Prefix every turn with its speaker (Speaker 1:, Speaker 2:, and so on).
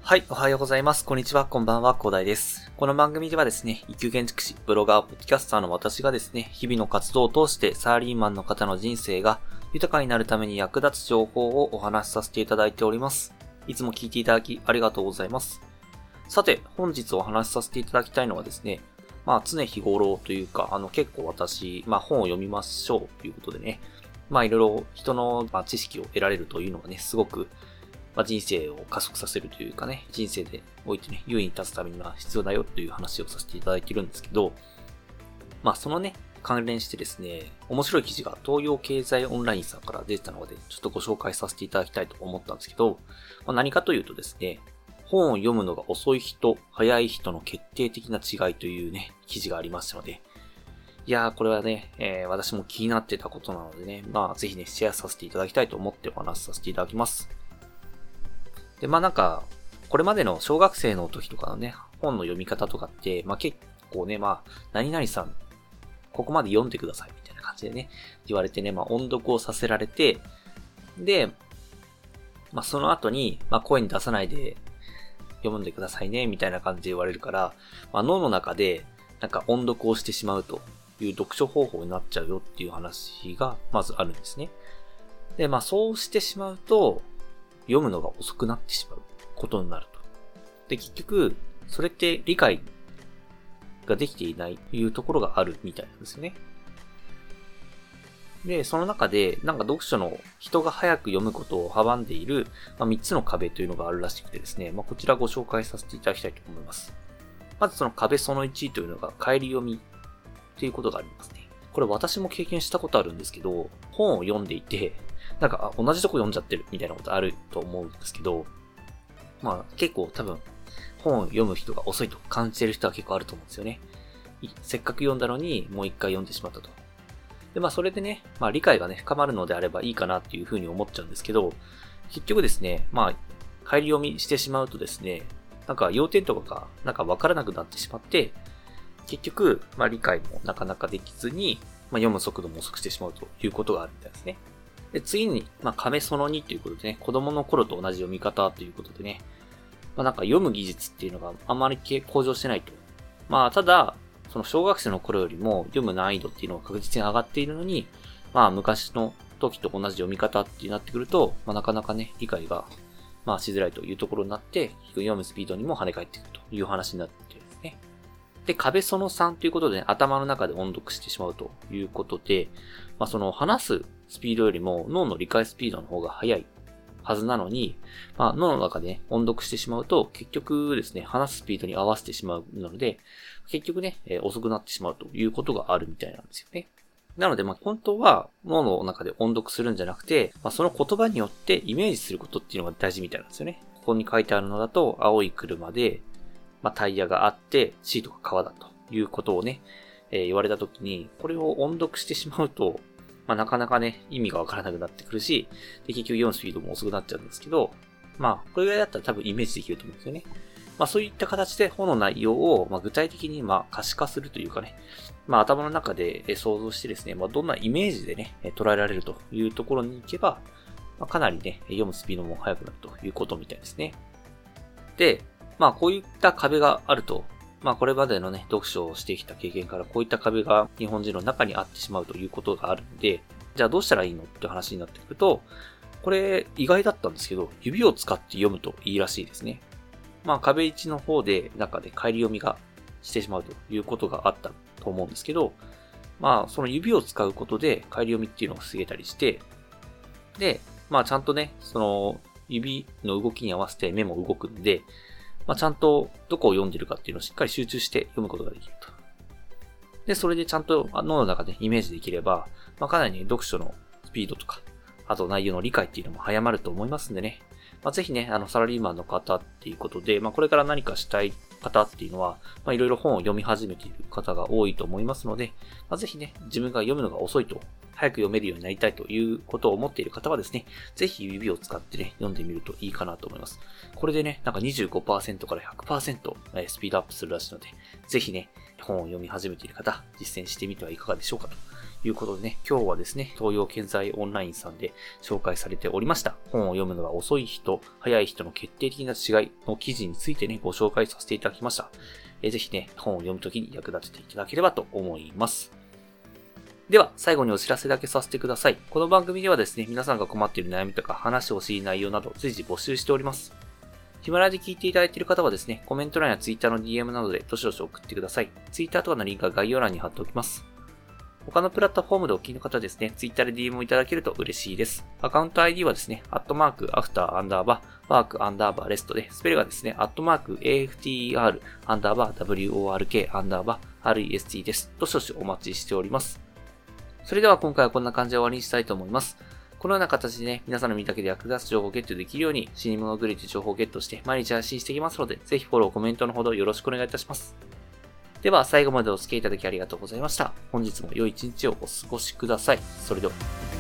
Speaker 1: はい、おはようございます。こんにちは、こんばんは、広大です。この番組ではですね、一級建築士、ブロガー、ポッドキャスターの私がですね、日々の活動を通してサラリーマンの方の人生が豊かになるために役立つ情報をお話しさせていただいております。いつも聞いていただきありがとうございます。さて、本日お話しさせていただきたいのはですね、常日頃というか、結構私、本を読みましょうということでね、いろいろ人の知識を得られるというのがね、すごく人生を加速させるというかね、人生でおいてね、優位に立つためには必要だよという話をさせていただいているんですけど、そのね、関連してですね、面白い記事が東洋経済オンラインさんから出てたので、ちょっとご紹介させていただきたいと思ったんですけど、何かというとですね、本を読むのが遅い人、早い人の決定的な違いというね、記事がありましたので、いやー、これはね、私も気になってたことなのでね、ぜひね、シェアさせていただきたいと思ってお話しさせていただきます。で、これまでの小学生の時とかのね、本の読み方とかって、結構ね、何々さん、ここまで読んでくださいみたいな感じでね、言われてね、音読をさせられて、で、その後に、声に出さないで読んでくださいね、みたいな感じで言われるから、脳の中で、音読をしてしまうという読書方法になっちゃうよっていう話が、まずあるんですね。で、そうしてしまうと、読むのが遅くなってしまうことになると。で、結局、それって理解ができていないというところがあるみたいなんですよね。で、その中で、読書の人が早く読むことを阻んでいる、3つの壁というのがあるらしくてですね、こちらご紹介させていただきたいと思います。まずその壁その1というのが、帰り読みということがありますね。これ私も経験したことあるんですけど、本を読んでいて、同じとこ読んじゃってるみたいなことあると思うんですけど、結構多分、本を読む人が遅いと感じてる人は結構あると思うんですよね。せっかく読んだのにもう一回読んでしまったと。で、それでね、理解がね、深まるのであればいいかなっていうふうに思っちゃうんですけど、結局ですね、帰り読みしてしまうとですね、要点とかがわからなくなってしまって、結局、理解もなかなかできずに、読む速度も遅くしてしまうということがあるみたいですね。で、次に、壁その2ということでね、子供の頃と同じ読み方ということでね、読む技術っていうのがあまり向上してないと。ただ、その小学生の頃よりも読む難易度っていうのが確実に上がっているのに、昔の時と同じ読み方ってなってくると、なかなかね、理解が、しづらいというところになって、読むスピードにも跳ね返ってくるという話になっているんですね。で、壁その3ということで、ね、頭の中で音読してしまうということで、その話すスピードよりも脳の理解スピードの方が速いはずなのに、脳の中で、ね、音読してしまうと、結局ですね、話すスピードに合わせてしまうので、結局ね、遅くなってしまうということがあるみたいなんですよね。なので、本当は脳の中で音読するんじゃなくて、その言葉によってイメージすることっていうのが大事みたいなんですよね。ここに書いてあるのだと、青い車で、タイヤがあって、シートが革だということをね、言われたときに、これを音読してしまうと、なかなかね、意味がわからなくなってくるし、で、結局読むスピードも遅くなっちゃうんですけど、これぐらいだったら多分イメージできると思うんですよね。そういった形で本の内容を、具体的に可視化するというかね、頭の中で想像してですね、どんなイメージでね、捉えられるというところに行けば、かなりね、読むスピードも速くなるということみたいですね。で、こういった壁があると、これまでのね、読書をしてきた経験からこういった壁が日本人の中にあってしまうということがあるので、じゃあどうしたらいいのって話になってくると、これ意外だったんですけど、指を使って読むといいらしいですね。壁1の方で中で帰り読みがしてしまうということがあったと思うんですけど、その指を使うことで帰り読みっていうのを防げたりして、で、ちゃんとね、その指の動きに合わせて目も動くんで、ちゃんとどこを読んでるかっていうのをしっかり集中して読むことができると。で、それでちゃんと脳の中でイメージできれば、かなりね、読書のスピードとか、あと内容の理解っていうのも早まると思いますんでね。ぜひね、サラリーマンの方っていうことで、これから何かしたい方っていうのは、いろいろ本を読み始めている方が多いと思いますので、ぜひね、自分が読むのが遅いと、早く読めるようになりたいということを思っている方はですね、ぜひ指を使ってね、読んでみるといいかなと思います。これでね、25% から 100% スピードアップするらしいので、ぜひね、 本を読み始めている方、実践してみてはいかがでしょうかということでね、今日はですね、東洋経済オンラインさんで紹介されておりました、本を読むのが遅い人、早い人の決定的な違いの記事についてね、ご紹介させていただきました。ぜひね、本を読むときに役立てていただければと思います。では、最後にお知らせだけさせてください。この番組ではですね、皆さんが困っている悩みとか話してほしい内容など随時募集しております。ヒマラヤで聞いていただいている方はですね、コメント欄や Twitter の DM などでどしどし送ってください。Twitter とかのリンクは概要欄に貼っておきます。他のプラットフォームでお聞きの方はですね、Twitter で DM をいただけると嬉しいです。アカウント ID はですね、@after_work_rest で、スペルがですね、@after_work_rest です。どしどしお待ちしております。それでは今回はこんな感じで終わりにしたいと思います。このような形でね、皆さんの身だけで役立つ情報をゲットできるように、死に物狂いで情報をゲットして毎日発信していきますので、ぜひフォロー、コメントのほどよろしくお願いいたします。では最後までお付き合いいただきありがとうございました。本日も良い一日をお過ごしください。それでは。